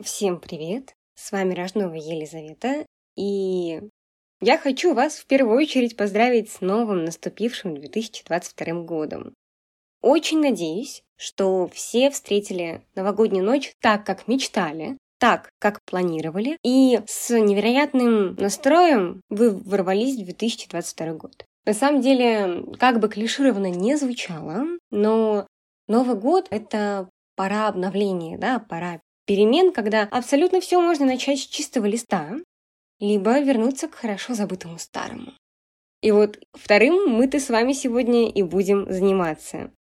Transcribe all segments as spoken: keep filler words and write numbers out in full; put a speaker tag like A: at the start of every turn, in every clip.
A: Всем привет! С вами Рожнова Елизавета, и я хочу вас в первую очередь поздравить с новым наступившим две тысячи двадцать вторым годом. Очень надеюсь, что все встретили новогоднюю ночь так, как мечтали, так, как планировали, и с невероятным настроем вы ворвались в две тысячи двадцать второй год. На самом деле, как бы клишированно не звучало, но Новый год — это пора обновления, да, пора перемен, когда абсолютно все можно начать с чистого листа, либо вернуться к хорошо забытому старому. И вот вторым мы-то с вами сегодня и будем заниматься.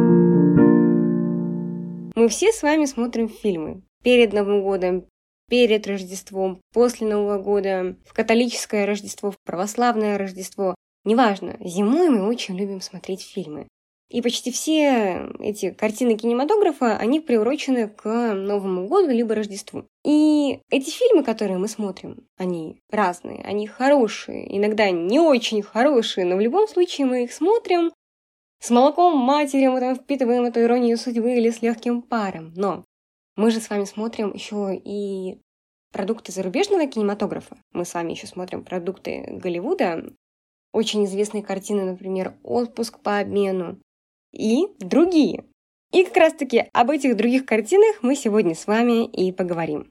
A: Мы все с вами смотрим фильмы перед Новым годом, перед Рождеством, после Нового года, в католическое Рождество, в православное Рождество. Неважно, зимой мы очень любим смотреть фильмы. И почти все эти картины кинематографа, они приурочены к Новому году либо Рождеству. И эти фильмы, которые мы смотрим, они разные, они хорошие, иногда не очень хорошие, но в любом случае мы их смотрим с молоком матери, мы там впитываем эту иронию судьбы или с легким паром. Но мы же с вами смотрим еще и продукты зарубежного кинематографа. Мы с вами еще смотрим продукты Голливуда, очень известные картины, например, «Отпуск по обмену», и другие. И как раз-таки об этих других картинах мы сегодня с вами и поговорим.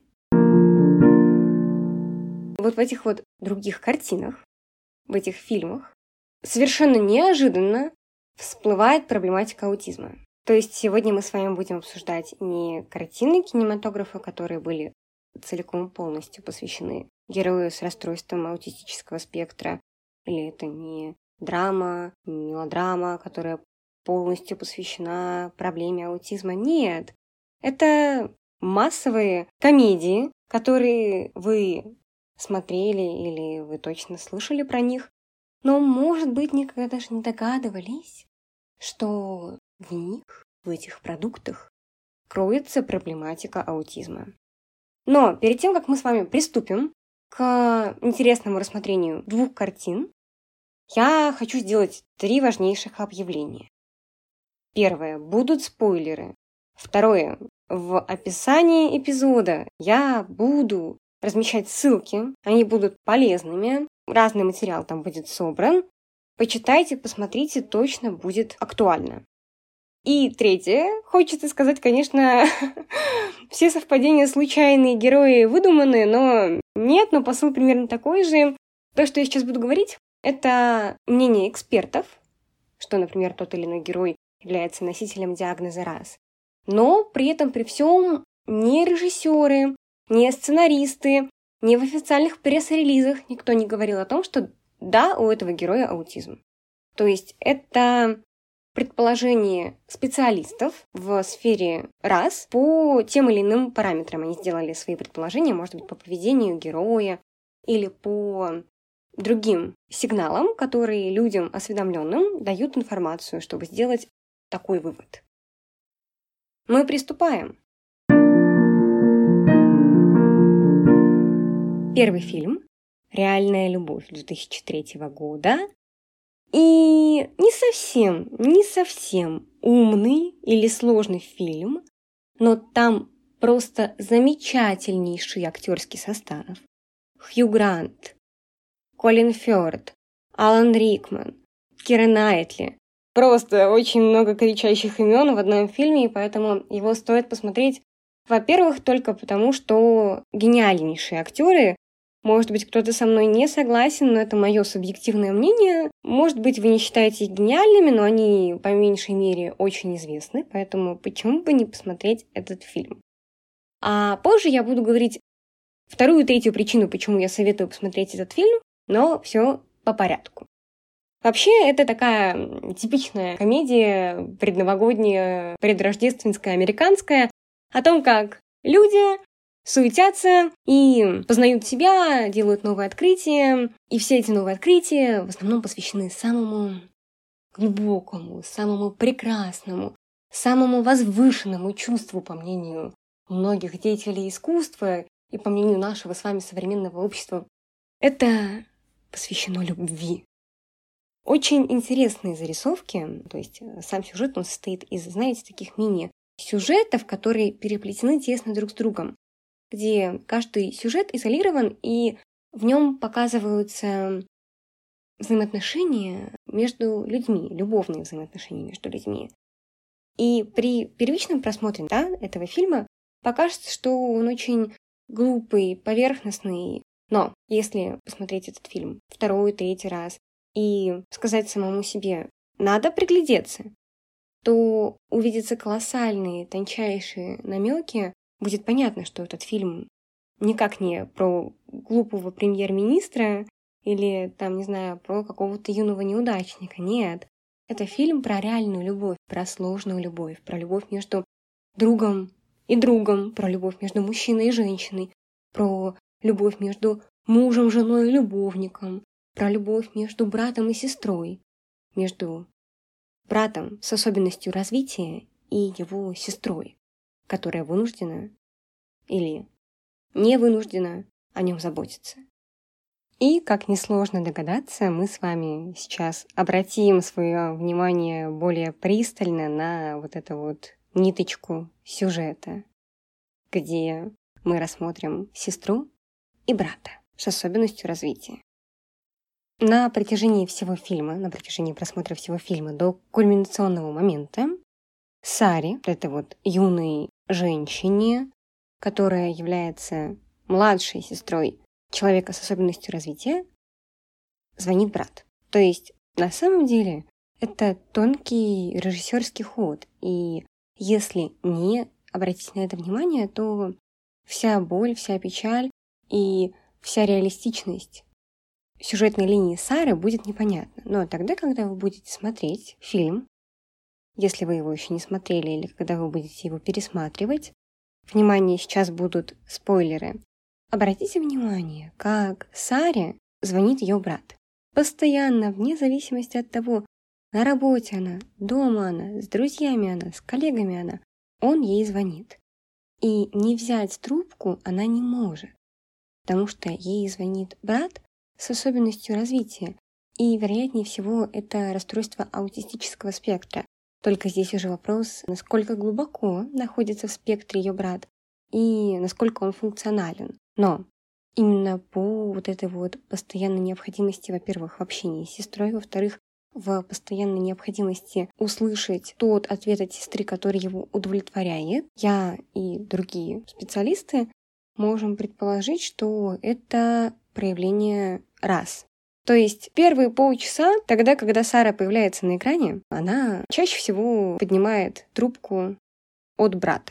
A: Вот в этих вот других картинах, в этих фильмах, совершенно неожиданно всплывает проблематика аутизма. То есть сегодня мы с вами будем обсуждать не картины кинематографа, которые были целиком и полностью посвящены герою с расстройством аутистического спектра, или это не драма, не мелодрама, которая полностью посвящена проблеме аутизма. Нет, это массовые комедии, которые вы смотрели или вы точно слышали про них, но, может быть, никогда даже не догадывались, что в них, в этих продуктах, кроется проблематика аутизма. Но перед тем, как мы с вами приступим к интересному рассмотрению двух картин, я хочу сделать три важнейших объявления. Первое. Будут спойлеры. Второе. В описании эпизода я буду размещать ссылки. Они будут полезными. Разный материал там будет собран. Почитайте, посмотрите, точно будет актуально. И третье. Хочется сказать, конечно, все совпадения случайные, герои выдуманные, но нет, но посыл примерно такой же. То, что я сейчас буду говорить, это мнение экспертов, что, например, тот или иной герой является носителем диагноза раз. Но при этом, при всем, не режиссеры, не сценаристы, не в официальных пресс-релизах никто не говорил о том, что да, у этого героя аутизм. То есть это предположение специалистов в сфере раз по тем или иным параметрам. Они сделали свои предположения, может быть, по поведению героя или по другим сигналам, которые людям осведомленным дают информацию, чтобы сделать такой вывод. Мы приступаем. Первый фильм «Реальная любовь» две тысячи третьего года. И не совсем, не совсем умный или сложный фильм, но там просто замечательнейший актерский состав. Хью Грант, Колин Фёрд, Алан Рикман, Кира Найтли. Просто очень много кричащих имен в одном фильме, и поэтому его стоит посмотреть, во-первых, только потому, что гениальнейшие актеры. Может быть, кто-то со мной не согласен, но это мое субъективное мнение. Может быть, вы не считаете их гениальными, но они, по меньшей мере, очень известны, поэтому почему бы не посмотреть этот фильм? А позже я буду говорить вторую и третью причину, почему я советую посмотреть этот фильм, но все по порядку. Вообще, это такая типичная комедия предновогодняя, предрождественская, американская, о том, как люди суетятся и познают себя, делают новые открытия. И все эти новые открытия в основном посвящены самому глубокому, самому прекрасному, самому возвышенному чувству, по мнению многих деятелей искусства и по мнению нашего с вами современного общества. Это посвящено любви. Очень интересные зарисовки, то есть сам сюжет, он состоит из, знаете, таких мини-сюжетов, которые переплетены тесно друг с другом. где каждый сюжет изолирован, и в нем показываются взаимоотношения между людьми, любовные взаимоотношения между людьми. И при первичном просмотре, да, этого фильма покажется, что он очень глупый, поверхностный. Но если посмотреть этот фильм второй, третий раз и сказать самому себе «надо приглядеться», то увидятся колоссальные, тончайшие намеки. Будет понятно, что этот фильм никак не про глупого премьер-министра или, там, не знаю, про какого-то юного неудачника. Нет. Это фильм про реальную любовь, про сложную любовь, про любовь между другом и другом, про любовь между мужчиной и женщиной, про любовь между мужем, женой и любовником, про любовь между братом и сестрой, между братом с особенностью развития и его сестрой, которая вынуждена или не вынуждена о нем заботиться. И, как несложно догадаться, мы с вами сейчас обратим свое внимание более пристально на вот эту вот ниточку сюжета, где мы рассмотрим сестру и брата с особенностью развития. На протяжении всего фильма, на протяжении просмотра всего фильма до кульминационного момента Саре, этой вот юной женщине, которая является младшей сестрой человека с особенностью развития, звонит брат. То есть, на самом деле, это тонкий режиссерский ход. И если не обратить на это внимание, то вся боль, вся печаль и вся реалистичность сюжетной линии Сары будет непонятна. Но тогда, когда вы будете смотреть фильм, если вы его еще не смотрели или когда вы будете его пересматривать, внимание, сейчас будут спойлеры. Обратите внимание, как Саре звонит ее брат. Постоянно, вне зависимости от того, на работе она, дома она, с друзьями она, с коллегами она, он ей звонит. И не взять трубку она не может, потому что ей звонит брат с особенностью развития. И, вероятнее всего, это расстройство аутистического спектра. Только здесь уже вопрос, насколько глубоко находится в спектре ее брат и насколько он функционален. Но именно по вот этой вот постоянной необходимости, во-первых, в общении с сестрой, во-вторых, в постоянной необходимости услышать тот ответ от сестры, который его удовлетворяет, я и другие специалисты можем предположить, что это проявление раз. То есть первые полчаса, тогда, когда Сара появляется на экране, она чаще всего поднимает трубку от брата.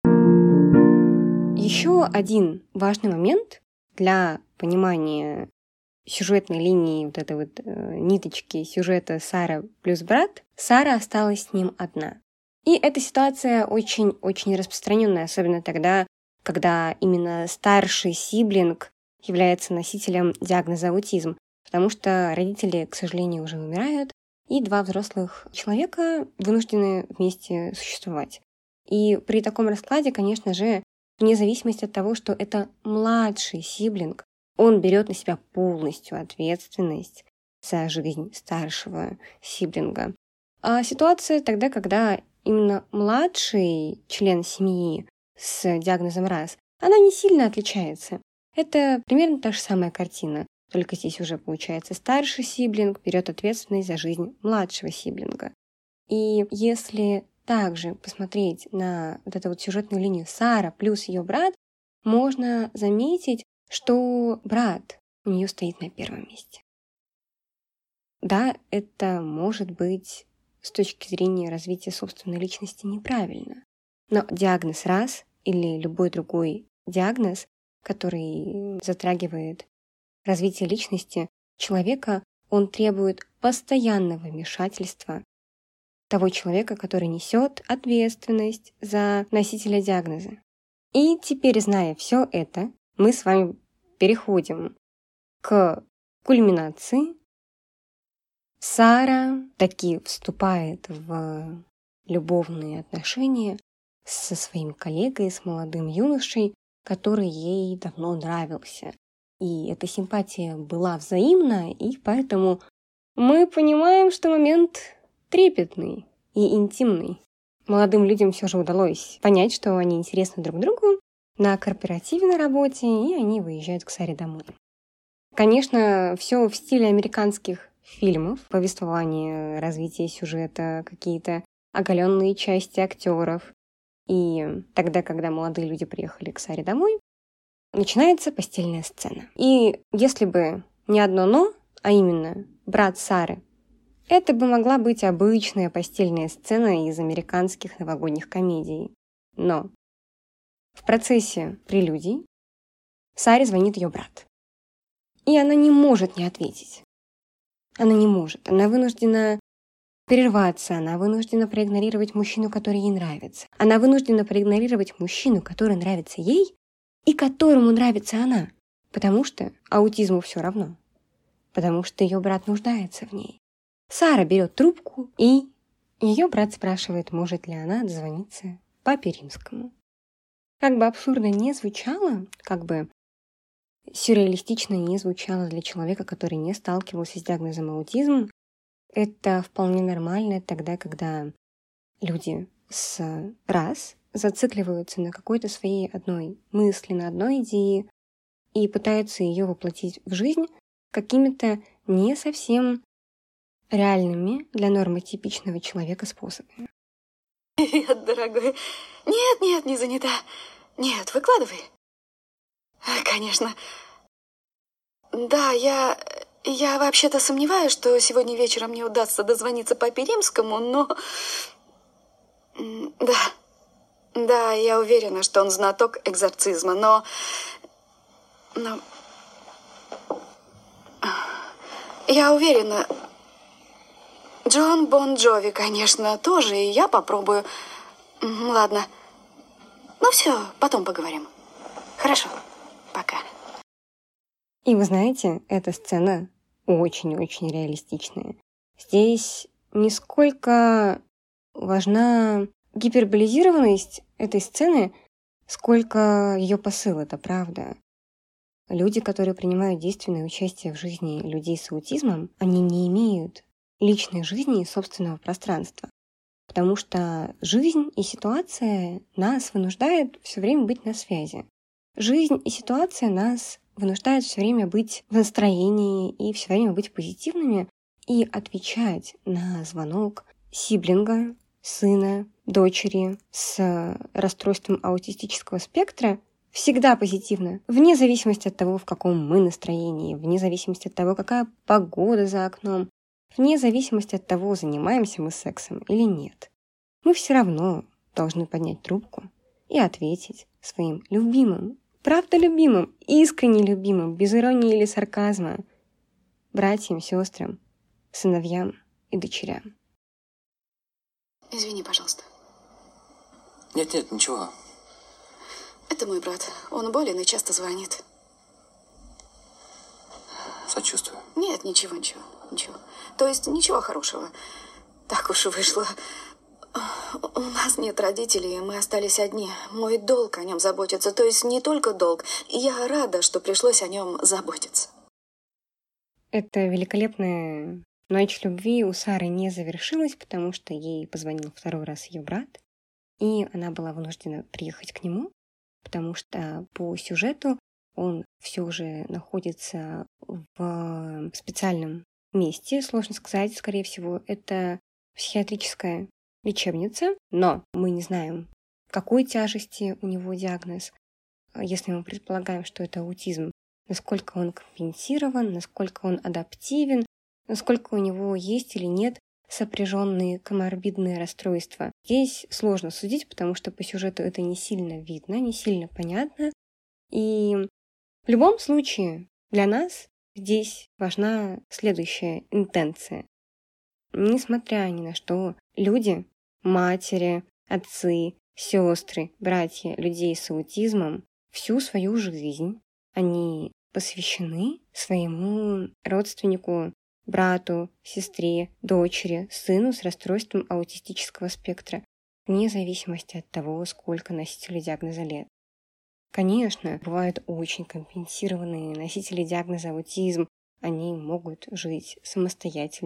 A: Еще один важный момент для понимания сюжетной линии, вот этой вот э, ниточки сюжета Сара плюс брат, Сара осталась с ним одна. И эта ситуация очень-очень распространенная, особенно тогда, когда именно старший сиблинг является носителем диагноза аутизм, потому что родители, к сожалению, уже умирают, и два взрослых человека вынуждены вместе существовать. И при таком раскладе, конечно же, вне зависимости от того, что это младший сиблинг, он берет на себя полностью ответственность за жизнь старшего сиблинга. А ситуация тогда, когда именно младший член семьи с диагнозом раз, она не сильно отличается. Это примерно та же самая картина, только здесь уже получается старший сиблинг берет ответственность за жизнь младшего сиблинга. И если также посмотреть на вот эту вот сюжетную линию Сара плюс ее брат, можно заметить, что брат у нее стоит на первом месте. Да, это может быть с точки зрения развития собственной личности неправильно, но диагноз раз или любой другой диагноз, который затрагивает развитие личности человека, он требует постоянного вмешательства того человека, который несет ответственность за носителя диагноза. И теперь, зная все это, мы с вами переходим к кульминации. Сара таки вступает в любовные отношения со своим коллегой, с молодым юношей, который ей давно нравился. И эта симпатия была взаимна, и поэтому мы понимаем, что момент трепетный и интимный. Молодым людям все же удалось понять, что они интересны друг другу, на корпоративе на работе, и они выезжают к Саре домой. Конечно, все в стиле американских фильмов, повествование, развитие сюжета, какие-то оголенные части актеров. И тогда, когда молодые люди приехали к Саре домой, начинается постельная сцена. И если бы не одно «но», а именно брат Сары, это бы могла быть обычная постельная сцена из американских новогодних комедий. Но в процессе прелюдий Саре звонит ее брат. И она не может не ответить. Она не может. Она вынуждена прерваться, она вынуждена проигнорировать мужчину, который ей нравится. Она вынуждена проигнорировать мужчину, который нравится ей и которому нравится она. Потому что аутизму все равно. Потому что ее брат нуждается в ней. Сара берет трубку, и ее брат спрашивает, может ли она дозвониться папе Римскому. Как бы абсурдно не звучало, как бы сюрреалистично не звучало для человека, который не сталкивался с диагнозом аутизм, это вполне нормально тогда, когда люди с раз зацикливаются на какой-то своей одной мысли, на одной идее и пытаются ее воплотить в жизнь какими-то не совсем реальными для нормотипичного человека способами.
B: Привет, дорогой. Нет, нет, не занята. Нет, выкладывай. Конечно. Да, я... Я вообще-то сомневаюсь, что сегодня вечером мне удастся дозвониться папе Римскому, но... Да. Да, я уверена, что он знаток экзорцизма, но... Но... Я уверена... Джон Бон Джови, конечно, тоже, и я попробую. Ладно. Ну все, потом поговорим. Хорошо, пока.
A: И вы знаете, эта сцена очень-очень реалистичная. Здесь не сколько важна гиперболизированность этой сцены, сколько ее посыл, это правда. Люди, которые принимают действенное участие в жизни людей с аутизмом, они не имеют личной жизни и собственного пространства. Потому что жизнь и ситуация нас вынуждают все время быть на связи. Жизнь и ситуация нас вынуждают все время быть в настроении и все время быть позитивными и отвечать на звонок сиблинга, сына, дочери с расстройством аутистического спектра всегда позитивно, вне зависимости от того, в каком мы настроении, вне зависимости от того, какая погода за окном, вне зависимости от того, занимаемся мы сексом или нет. Мы все равно должны поднять трубку и ответить своим любимым, правда любимым, искренне любимым, без иронии или сарказма, братьям, сестрам, сыновьям и дочерям.
B: Извини, пожалуйста.
C: Нет-нет, ничего.
B: Это мой брат. Он болен и часто звонит.
C: Сочувствую.
B: Нет, ничего, ничего, ничего. То есть ничего хорошего. Так уж и вышло. У нас нет родителей, мы остались одни. Мой долг о нем заботиться. То есть не только долг. Я рада, что пришлось о нем заботиться.
A: Эта великолепная ночь любви у Сары не завершилась, потому что ей позвонил второй раз ее брат, и она была вынуждена приехать к нему, потому что по сюжету он все же находится в специальном месте, сложно сказать, скорее всего, это психиатрическая лечебница, но мы не знаем, какой тяжести у него диагноз, если мы предполагаем, что это аутизм, насколько он компенсирован, насколько он адаптивен, насколько у него есть или нет сопряженные коморбидные расстройства. Здесь сложно судить, потому что по сюжету это не сильно видно, не сильно понятно. И в любом случае для нас здесь важна следующая интенция. Несмотря ни на что, люди, матери, отцы, сестры, братья людей с аутизмом всю свою жизнь они посвящены своему родственнику, брату, сестре, дочери, сыну с расстройством аутистического спектра, вне зависимости от того, сколько носителю диагноза лет. Конечно, бывают очень компенсированные носители диагноза аутизм, они могут жить самостоятельно,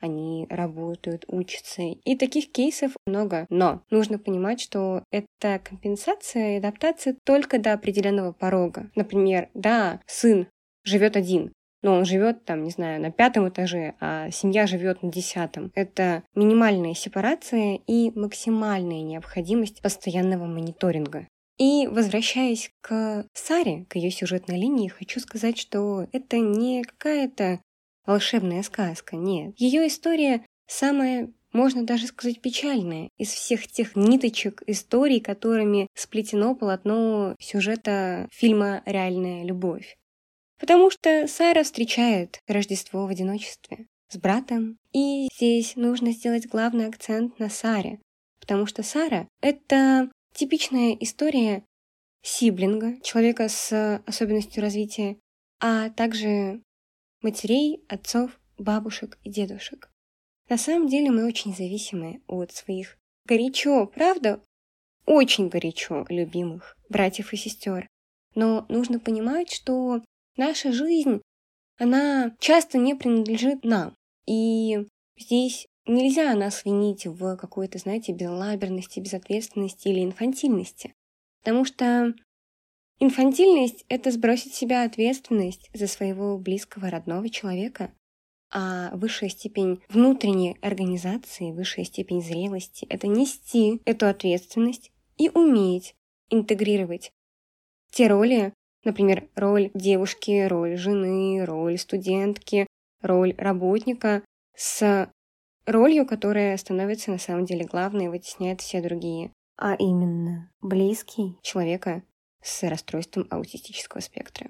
A: они работают, учатся. И таких кейсов много. Но нужно понимать, что это компенсация и адаптация только до определенного порога. Например, да, сын живет один, но он живет там, не знаю, на пятом этаже, а семья живет на десятом. Это минимальная сепарация и максимальная необходимость постоянного мониторинга. И возвращаясь к Саре, к ее сюжетной линии, хочу сказать, что это не какая-то волшебная сказка, нет. Ее история самая, можно даже сказать, печальная из всех тех ниточек историй, которыми сплетено полотно сюжета фильма «Реальная любовь». Потому что Сара встречает Рождество в одиночестве с братом, и здесь нужно сделать главный акцент на Саре, потому что Сара — это типичная история сиблинга, человека с особенностью развития, а также матерей, отцов, бабушек и дедушек. На самом деле мы очень зависимы от своих горячо, правда, очень горячо любимых братьев и сестер. Но нужно понимать, что наша жизнь, она часто не принадлежит нам. И здесь нельзя нас винить в какой-то, знаете, безалаберности, безответственности или инфантильности. Потому что инфантильность — это сбросить с себя ответственность за своего близкого, родного человека. А высшая степень внутренней организации, высшая степень зрелости — это нести эту ответственность и уметь интегрировать те роли, например, роль девушки, роль жены, роль студентки, роль работника с ролью, которая становится на самом деле главной и вытесняет все другие. А именно, близкий человека с расстройством аутистического спектра.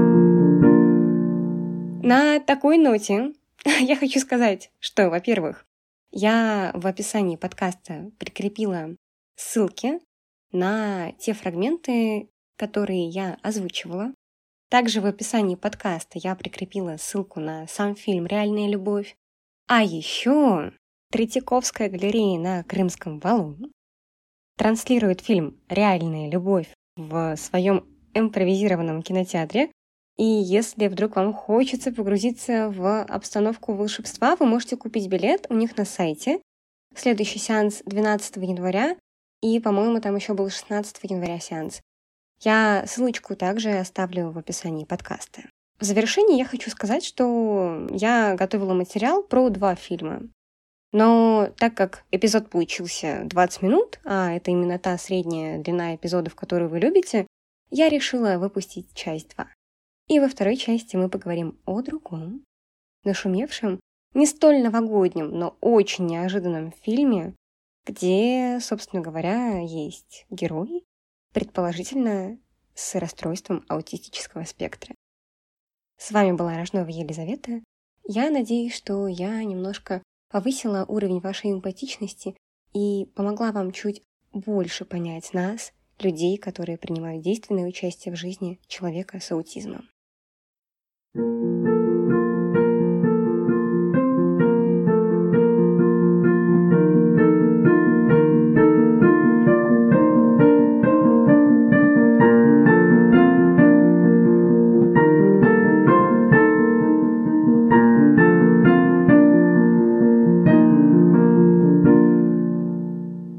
A: На такой ноте я хочу сказать, что, во-первых, я в описании подкаста прикрепила ссылки на те фрагменты, которые я озвучивала. Также в описании подкаста я прикрепила ссылку на сам фильм «Реальная любовь». А еще Третьяковская галерея на Крымском валу транслирует фильм «Реальная любовь» в своем импровизированном кинотеатре. И если вдруг вам хочется погрузиться в обстановку волшебства, вы можете купить билет у них на сайте. Следующий сеанс двенадцатого января, и, по-моему, там еще был шестнадцатого января сеанс. Я ссылочку также оставлю в описании подкаста. В завершении я хочу сказать, что я готовила материал про два фильма. Но так как эпизод получился двадцать минут, а это именно та средняя длина эпизодов, которую вы любите, я решила выпустить часть два. И во второй части мы поговорим о другом, нашумевшем, не столь новогоднем, но очень неожиданном фильме, где, собственно говоря, есть герой, предположительно с расстройством аутистического спектра. С вами была Рожнова Елизавета. Я надеюсь, что я немножко повысила уровень вашей эмпатичности и помогла вам чуть больше понять нас, людей, которые принимают действенное участие в жизни человека с аутизмом. Thank you.